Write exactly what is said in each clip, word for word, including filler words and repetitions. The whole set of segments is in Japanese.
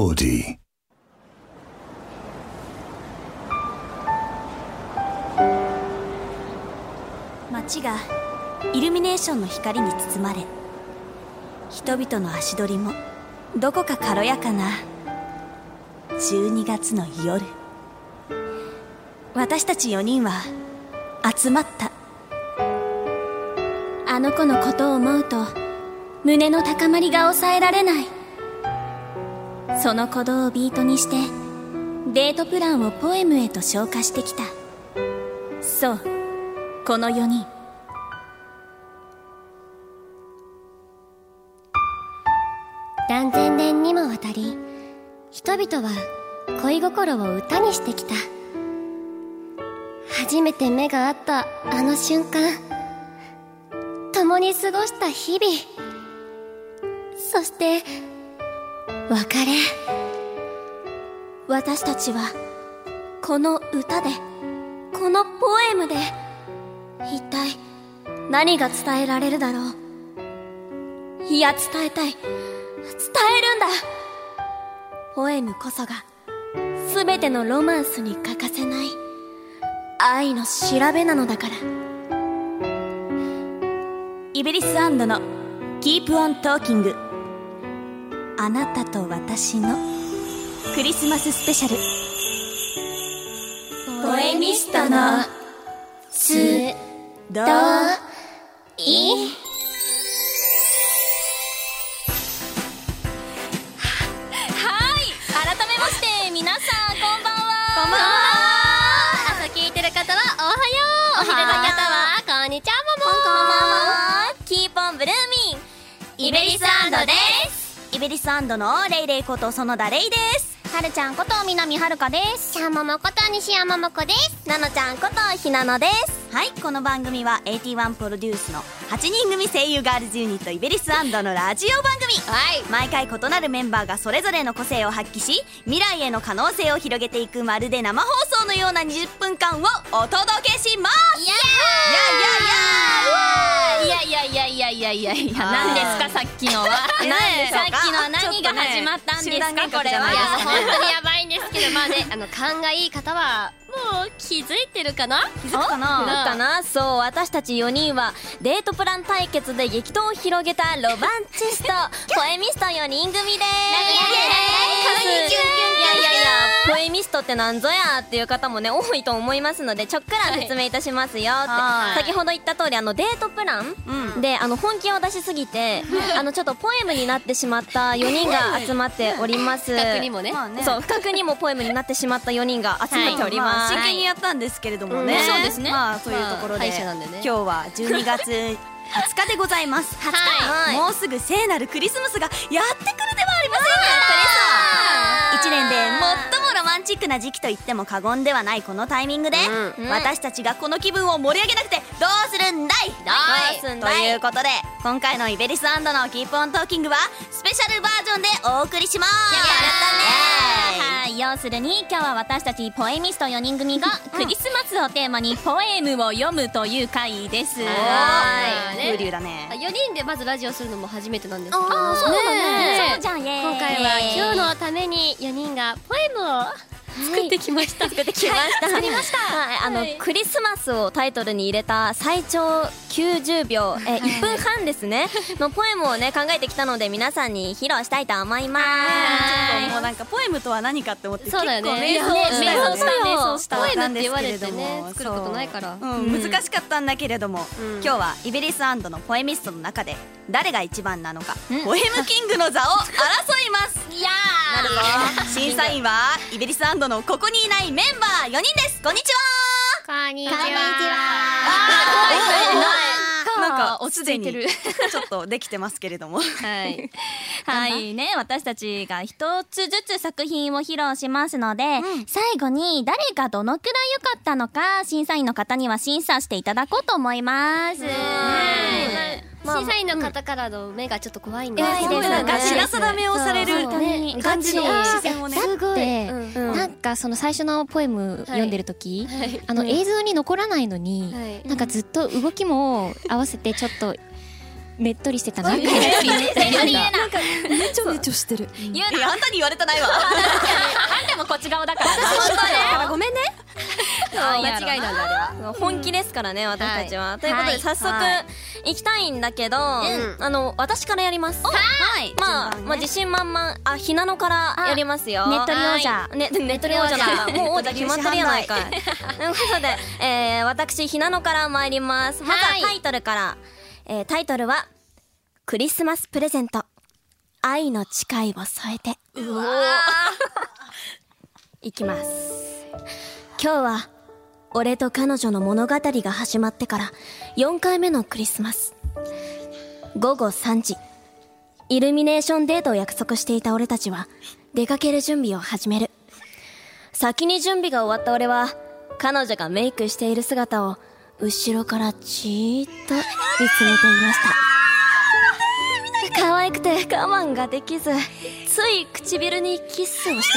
オーディ。 街がイルミネーションの光に包まれ、人々の足取りもどこか軽やかなじゅうにがつの夜、私たちよにんは集まった。あの子のことを思うと胸の高まりが抑えられない。その鼓動をビートにしてデートプランをポエムへと昇華してきた。そう、このよにん。 何千年にもわたり人々は恋心を歌にしてきた。初めて目が合ったあの瞬間、共に過ごした日々、そして別れ。 私たちはこの歌で、このポエムで一体何が伝えられるだろう。いや、伝えたい、伝えるんだ。ポエムこそが全てのロマンスに欠かせない愛の調べなのだから。イベリス&の Keep on Talking、 あなたと私のクリスマススペシャル。ポエミストのすどどい改めまして皆さんこんばんは。 こんばんは。朝聞いてる方はおはよう。お昼の方はこんにちは。ももこんばんは。キーポンブルーミンイベリス&です。 イベリス&のレイレイこと園田レイです。はるちゃんこと南はるかです。 ちゃんももこと西山ももこです。 なのちゃんことひなのです。はい、この番組はエイティワンプロデュースのはちにん組声優ガールズユニットイベリス&のラジオ番組。 はい、 毎回異なるメンバーがそれぞれの個性を発揮し、未来への可能性を広げていく、まるで生放送のようなにじゅっぷんかんをお届けします。 いやいやいやいやいやいやいやいや、何ですかさっきのは。 何でしょうか。 さっきのは何が始まったんですか、これは。 いや本当にやばいんですけど、まあね、あの勘がいい方はもう気づいてるかな。 気づくかな。 どうかな。そう、私たちよにんはデートプラン対決で激闘を広げたロマンチストポエミストよにん組です。 こんにちは。 いやいやいや、ポエミストってなんぞやっていう方もね多いと思いますので、ちょっから説明いたしますよって。先ほど言った通り、あのデートプラン、うん、であの本気を出しすぎてあのちょっとポエムになってしまったよにんが集まっております。 不覚にもね、 そう、不覚にもポエムになってしまったよにんが集まっております。 真剣にやったんですけれどもね、 そうですね。 まあそういうところで今日はじゅうにがつはつかでございます。はつか、もうすぐ聖なるクリスマスがやってくるではありませんか。いちねんで最もロマンチックな時期と言っても過言ではないこのタイミングで、私たちがこの気分を盛り上げなくてどうするんだい。 どうすんだいということで、今回のイベリス&のキープオントーキングはスペシャルバージョンでお送りします。 やったね。はい、要するに今日は私たちポエミストよにん組がクリスマスをテーマにポエムを読むという回です。 はい、風流だね。 よにんでまずラジオするのも初めてなんですけど、 ああ、そうだね。 そうじゃん。 今回は今日のためによにんがポエムを作ってきました。 作ってきました。作りました。はい、あのクリスマスをタイトルに入れた最長きゅうじゅうびょう、えいっぷんはんですねのポエムをね考えてきたので、皆さんに披露したいと思います。 ちょっともうなんかポエムとは何かって思って、 そうだよね、 結構瞑想した瞑想したポエムなんて言われてね、作ることないから、 うん、難しかったんだけれども、今日はイベリス&のポエミストの中で誰が一番なのか、ポエムキングの座を争います。 いやー、なるほど。審査員はイベリス&のここにいないメンバーよにんです。こんにちは。 こんにちは。 なんかすでにちょっとできてますけれどもはいはいね、私たちが一つずつ作品を披露しますので、うん、最後に誰がどのくらい良かったのか審査員の方には審査していただこうと思います。 審査員の方からの目がちょっと怖いんですけど、 なんか白定めをされる感じの視線をね。 すごい、なんかその最初のポエム読んでる時、あの映像に残らないのに、なんかずっと動きも合わせてちょっとねっとりしてたな。 ありえない。 なんかねちょねちょしてる。 言うな、あんたに言われてないわ。 あんたもこっち側だから。 私だからごめんね。 間違いなんだあれは。 本気ですからね、私たちは。ということで早速はい行きたいんだけど、あの私からやります。 はい。 まあまあ自信満々。あ、ひなのからやりますよ。 ねっとり王者。 ね、ねっとり王者なんだ。もう王者決まってるやないかい。ということで、えー、私ひなのから参ります。まずはタイトルから。えー、タイトルはクリスマスプレゼント、愛の誓いを添えて。うわいきます。今日は俺と彼女の物語が始まってからよんかいめのクリスマス。ごごさんじ、イルミネーションデートを約束していた俺たちは出かける準備を始める。先に準備が終わった俺は彼女がメイクしている姿を後ろからじーっと見つめていました。可愛くて我慢ができず、つい唇にキスをしてし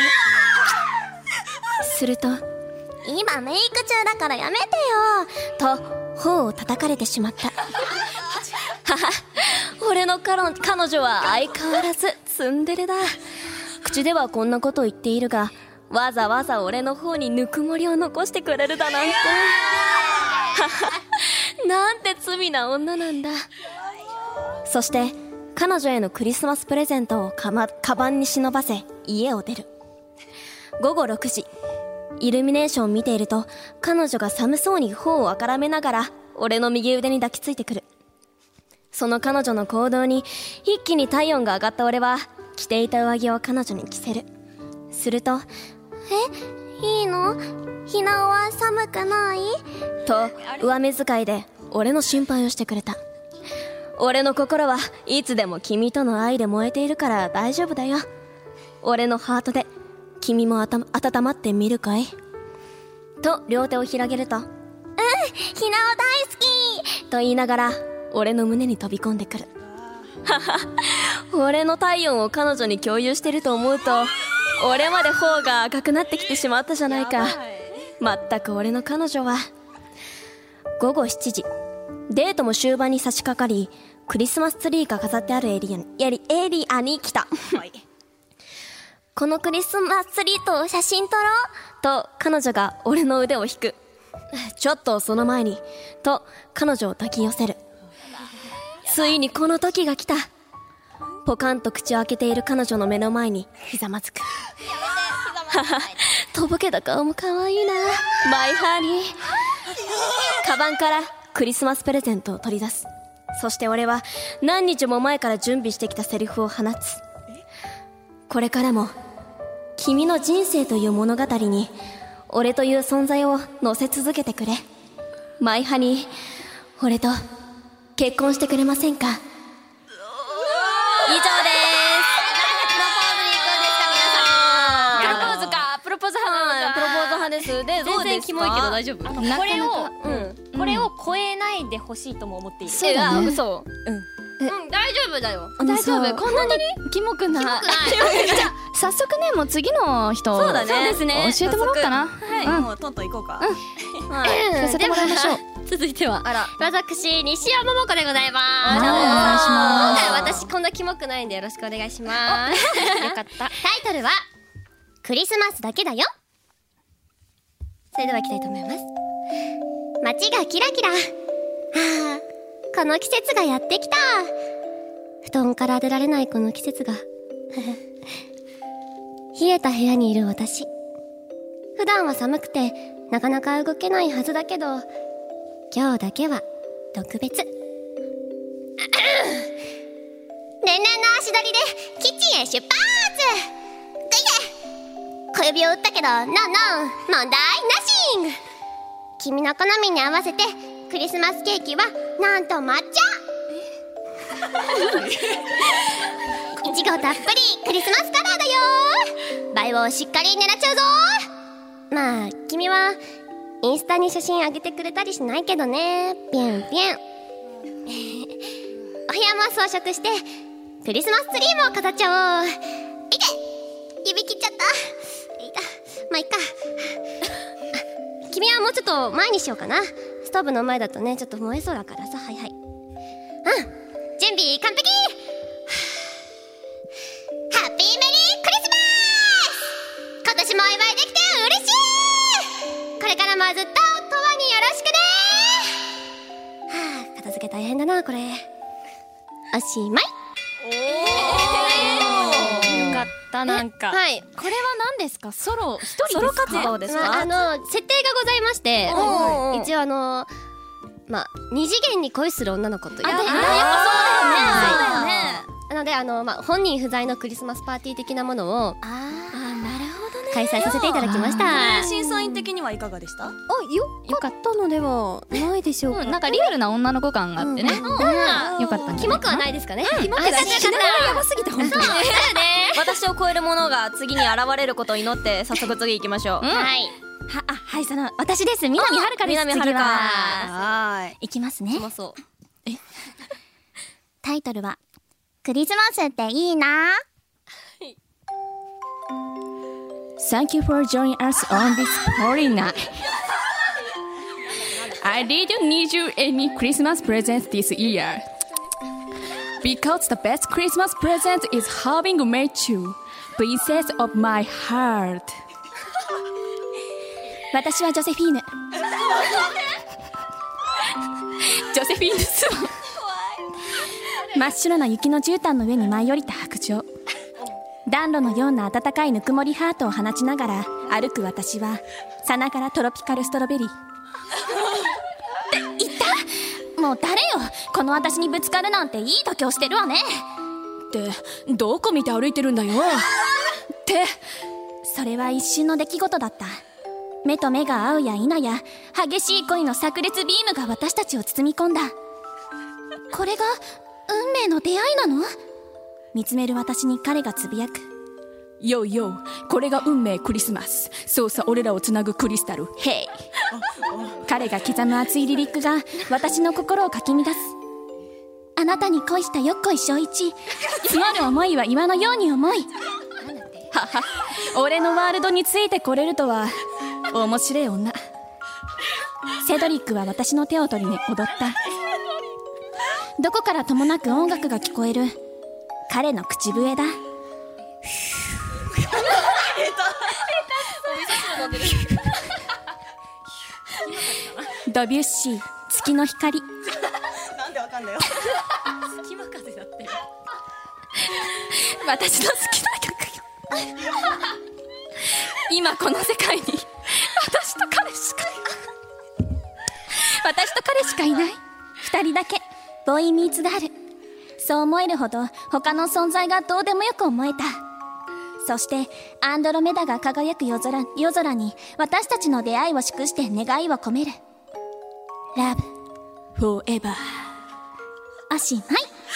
まう。すると、今メイク中だからやめてよと頬を叩かれてしまった。はは、俺の彼女は相変わらずツンデレだ。口ではこんなこと言っているが、わざわざ俺の方にぬくもりを残してくれるだなんて。なんて罪な女なんだ。そして彼女へのクリスマスプレゼントをか、ま、カバンに忍ばせ家を出る。ごごろくじ、イルミネーションを見ていると彼女が寒そうに頬をあからめながら俺の右腕に抱きついてくる。その彼女の行動に一気に体温が上がった俺は着ていた上着を彼女に着せる。すると、え、いいの？ひなおは寒くない？と上目遣いで俺の心配をしてくれた。俺の心はいつでも君との愛で燃えているから大丈夫だよ。俺のハートで君もあた温まってみるかい？と両手を広げると、うん、ひなお大好きと言いながら俺の胸に飛び込んでくる。はは、俺の体温を彼女に共有してると思うと俺まで頬が赤くなってきてしまったじゃないか。まったく俺の彼女は。ごごしちじ、デートも終盤に差し掛かり、クリスマスツリーが飾ってあるエリアにエリエリアに来た。このクリスマスツリーと写真撮ろうと彼女が俺の腕を引く。ちょっとその前にと彼女を抱き寄せる。ついにこの時が来た。ポカンと口を開けている彼女の目の前にひざまずく。はは、とぼけた顔も可愛いな、マイハニー。カバンからクリスマスプレゼントを取り出す。そして俺は何日も前から準備してきたセリフを放つ。これからも君の人生という物語に俺という存在を乗せ続けてくれ。マイハニー、俺と結婚してくれませんか？以上です。 プロポーズか、プロポーズ派。 プロポーズ派です。で、どうですか？ キモいけど大丈夫。 これを、うん、これを超えないでほしいとも思っている。 そうだね。 嘘。 うん。 うん、大丈夫だよ。 大丈夫。こんなにキモくない。早速ね、もう次の人。 そうだね。そうですね。 教えてもらおうかな。 はい。もうトントン行こうか。 はい。させてもらいましょう。 続いては、 あら、私西山桃子でございます。 お願いします。 今回私こんなキモくないんでよろしくお願いします。よかった。タイトルはクリスマスだけだよ。それでは行きたいと思います。街がキラキラ。はあ、この季節がやってきた。布団から出られないこの季節が。冷えた部屋にいる私。普段は寒くてなかなか動けないはずだけど、今日だけは特別。年々の足取りでキッチンへ出発。グイエ、小指を打ったけどノンノン問題なしん。君の好みに合わせてクリスマスケーキはなんと抹茶。いちごたっぷりクリスマスカラーだよ。倍をしっかり狙っちゃうぞ。まあ君はインスタに写真あげてくれたりしないけどね。ピュンピュン。お部屋も装飾してクリスマスツリーも飾っちゃおう。いて、指切っちゃった。いた、まあいっか。君はもうちょっと前にしようかな。ストーブの前だとねちょっと燃えそうだからさ。はいはい。うん、 準備完璧。ハッピーメリークリスマス。今年もお祝いできて嬉しい。これからもずっととわによろしくね。はあ、片付け大変だなこれ。おしまい。 よかった。なんかはい。 これは何ですか？ソロ一人ですか？ ソロ活動ですか？ まあ、あの設定がございまして、一応あのまあ二次元に恋する女の子という。あ、やっぱそうだよね。そうだよね。なのであのまあ本人不在のクリスマスパーティー的なものをああ、なるほどね。 開催させていただきました。 審査員的にはいかがでした？ あ、よかったのではないでしょうか。 なんかリアルな女の子感があってね。よかったんじキモくはゃないかな。 ないですかね。 キモくない。シナリオやばすぎて本当に。 私を超えるものが次に現れることを祈って早速次行きましょう。 はい。 は、あ、はい、その私です。南はるかです。 南はるか。 はーい。 いきますね。 うまそう。 タイトルはクリスマスっていいな。Thank you for joining us on this holy night. I didn't need you any Christmas presents this year. Because the best Christmas present is having met you, princess of my heart. 私はジョセフィーヌ。ジョセフィーヌスワン。真っ白な雪の絨毯の上に舞い降りた白鳥。暖炉のような温かいぬくもりハートを放ちながら歩く私はさながらトロピカルストロベリー。って言った？もう誰よ、この私にぶつかるなんていい度胸してるわね。ってどこ見て歩いてるんだよってそれは一瞬の出来事だった。目と目が合うや否や激しい恋の炸裂ビームが私たちを包み込んだ。これが運命の出会いなの？見つめる私に彼がつぶやく。ヨーヨー、これが運命クリスマス。そうさ、俺らをつなぐクリスタル。ヘイ。彼が刻む熱いリリックが私の心をかき乱す。あなたに恋したよっこい小一。募る思いは岩のように重い。はは、俺のワールドについてこれるとは面白い女。セドリックは私の手を取りね踊った。どこからともなく音楽が聞こえる。彼の口笛だ。ドビュッシー、月の光。 なんでわかんだよ。 隙間風だって。 私の好きな曲よ。今この世界に私と彼しか私と彼しかいない。二人だけボーイミーツガール。そう思えるほど他の存在がどうでもよく思えた。そしてアンドロメダが輝く夜空、夜空に私たちの出会いを祝して願いを込める。 Love Forever。 おしまい。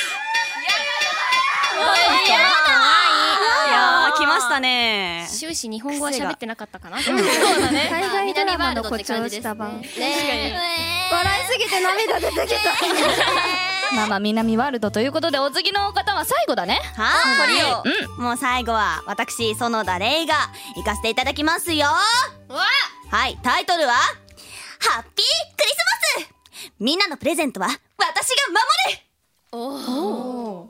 いやー、来ましたね。 終始日本語は喋ってなかったかな。 そうだね。海外ドラマの誇張した版。 ね。 笑いすぎて涙出てきた。まあまあ南ワールドということで、お次の方は最後だね。 はーい、 うん、 もう最後は私園田レイが行かせていただきますよ。はい、タイトルはハッピークリスマス。みんなのプレゼントは私が守る。おお、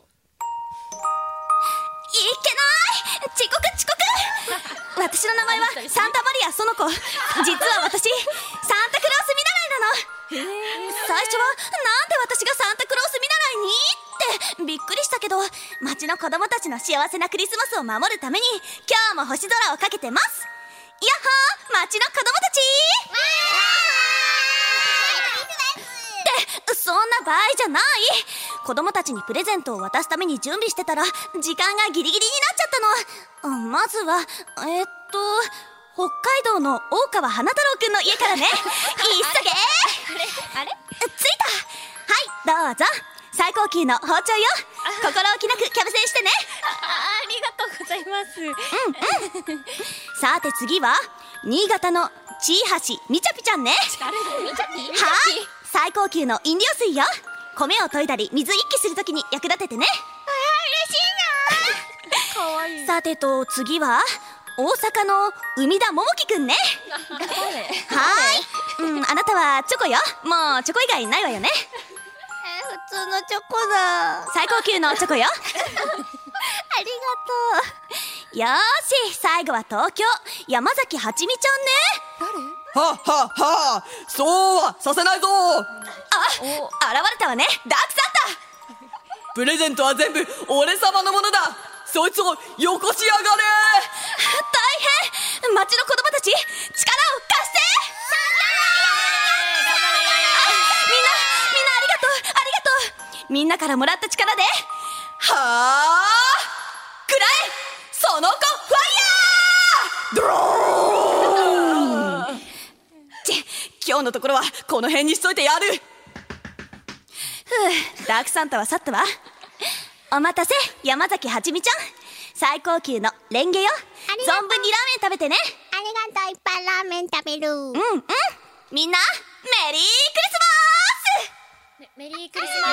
いけない、遅刻遅刻。私の名前はサンタマリア園子。実は私サンタクロース見習いなの。最初はなんで私がサンタクロース見習いにってびっくりしたけど、街の子供たちの幸せなクリスマスを守るために今日も星空をかけてます。やっほー、街の子供たちってそんな場合じゃない。子供たちにプレゼントを渡すために準備してたら時間がギリギリになっちゃったの。まずはえー、っと北海道の大川花太郎くんの家からね。急げ。あれあれ着いた。はい、どうぞ。最高級の包丁よ。心置きなくキャブ戦してね。 ありがとうございます。 うんうん。さて次は新潟のちいはしみちゃぴちゃんね。はい、最高級の飲料水よ。米を研いだり水一気するときに役立ててね。嬉しいな。かわいい。さてと次は大阪の海田桃樹くんね。はい、うん、あなたはチョコよ。もうチョコ以外ないわよね。 えー、普通のチョコだ。最高級のチョコよ。ありがとう。よーし、最後は東京山崎はちみちゃんね。 はっはっは、そうはさせないぞ。 あ、現れたわね、ダークサンタ。 プレゼントは全部俺様のものだ。そいつをよこしやがれ。 大変、町の子供たち力を貸して。みんなみんなありがとうありがとう。みんなからもらった力で、はあくらえその子ファイヤー。ドローン。ち今日のところはこの辺にしといてやる。ふう、ダークサンタは去ったわ。お待たせ、山崎はちみちゃん。最高級のレンゲよ。存分にラーメン食べてね。 ありがとう、いっぱいラーメン食べる。 うんうん。みんなメリークリスマス。 メリークリスマス。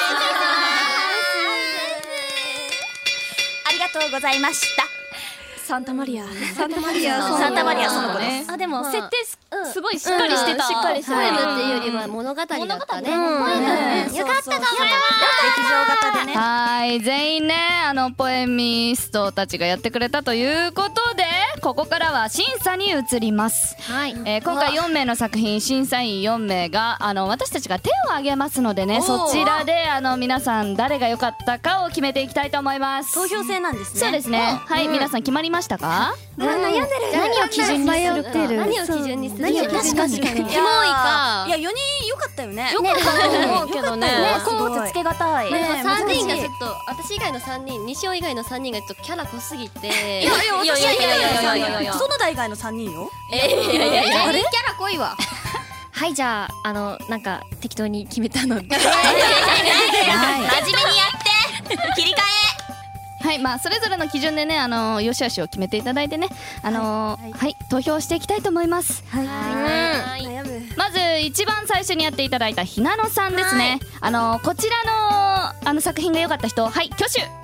ありがとうございました。 サンタマリア。 サンタマリアサンタマリアその子です。 あ、でも設定すすごいしっかりしてた。 しっかりしてた。ポエムっていうよりは物語だったね。よかった、頑張れます。 劇場型でね。 はい、全員ね、あのポエミストたちがやってくれたということで、ここからは審査に移ります。 はい、 えー、今回よんめいの作品、審査員よんめいがあの私たちが手を挙げますのでね、そちらであの皆さん誰が良かったかを決めていきたいと思います。 投票制なんですね。 そうですね。はい、皆さん決まりましたか？ 悩んでる。何を基準にするか。何を基準にするか。確かに。キモいか。 いや、よにん良かったよね。 よかったと思うけどね。 コーツつけがたい。 でもさんにんがちょっと、私以外のさんにん、西尾以外のさんにんがちょっとキャラ濃すぎて。 いやいやいやいやいやいやいや、園田以外のさんにんよ。 えいやいやいやいや、あれキャラ濃いわ。はい、じゃあ、あの、なんか適当に決めたので。 真面目にやって切り替はい、まあそれぞれの基準でね、あの良し悪しを決めていただいてね、あのー、はい、はい、投票していきたいと思います。はい、悩む。まず一番最初にやっていただいたひなのさんですね。あのー、こちらのあの作品が良かった人、はい、挙手。え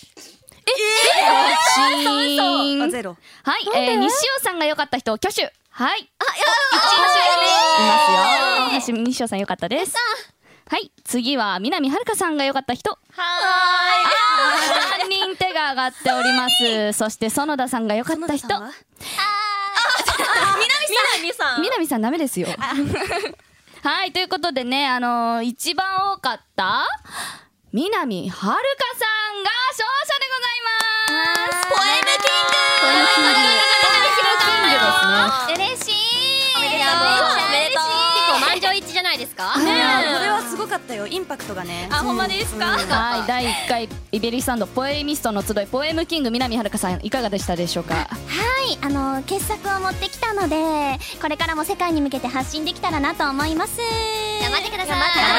えー、 ゼロ。 はい、えー、西尾さんが良かった人、挙手。はい。あ、いますよ。西尾さん良かったです。はい、次は南はるかさんが良かった人。はーい。さんにん手が上がっております。そして園田さんが良かった人。ああ、 南さん。 南さんダメですよ。はい、ということでね、あのー、一番多かった南はるかさんが勝者でございます。 ポエムキング。 ポエムキング。 嬉しい。 おめでとう。 結構満場一致じゃないですか。 ねえ、これはすごかったよ。インパクトがね。 あ、ほんまですか。 はい、だいいっかいイベリスタンドポエミストの集いポエムキング南はるかさん、いかがでしたでしょうか。 はい、あの傑作を持ってきたので、これからも世界に向けて発信できたらなと思います。 頑張ってください。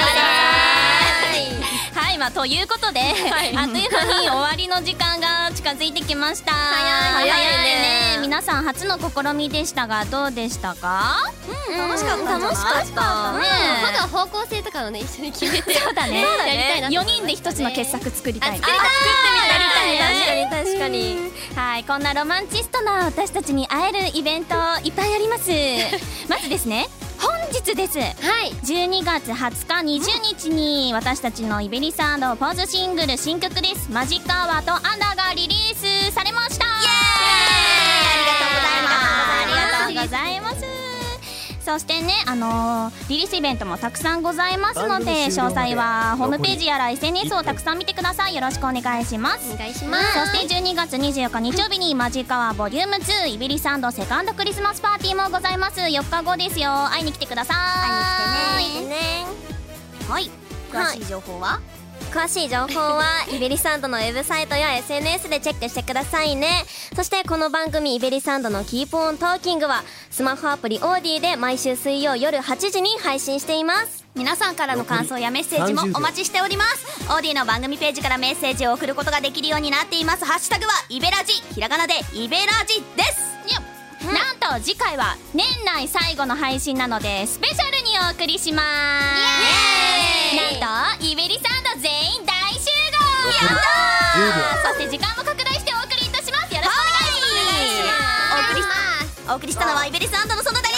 はい、まあということで、あっという間に終わりの時間が近づいてきました。 早い早いね。皆さん初の試みでしたがどうでしたか？ うん、楽しかった。 楽しかった。 ね、まだ方向性とかをね一緒に決めて。 そうだね。 やりたいな。 よにんで一つの傑作作りたい。 作ってみたい。確かに確かに。 はい、こんなロマンチストな私たちに会えるイベントいっぱいあります。まずですね、本日です。はい、じゅうにがつはつかにじゅうにちに私たちのイベリサンドポーズシングル新曲ですマジックアワーとアンダーがリリースされました。イエーイ、ありがとうございます。ありがとうございます。そしてね、あのー、リリースイベントもたくさんございますので、詳細はホームページやら エスエヌエス をたくさん見てください。よろしくお願いします。 お願いします。 そしてじゅうにがつにじゅうよっか日曜日にマジックアワーボリュームツーイベリサンドセカンドクリスマスパーティーもございます。よっかごですよ。会いに来てください。 会いに来てね。 はい、詳しい情報は、 詳しい情報はイベリサンドのウェブサイトや エスエヌエス でチェックしてくださいね。そしてこの番組イベリサンドのキープオントーキングはスマホアプリオーディで毎週水曜夜はちじに配信しています。 皆さんからの感想やメッセージもお待ちしております。オーディの番組ページからメッセージを送ることができるようになっています。ハッシュタグはイベラジ、ひらがなでイベラジです。 なんと次回は年内最後の配信なのでスペシャルにお送りします。なんとイベリサンド全員大集合。やったー。そして時間も拡大してお送りいたします。よろしくお願いします。 お送りしたのはイベリサンドの園田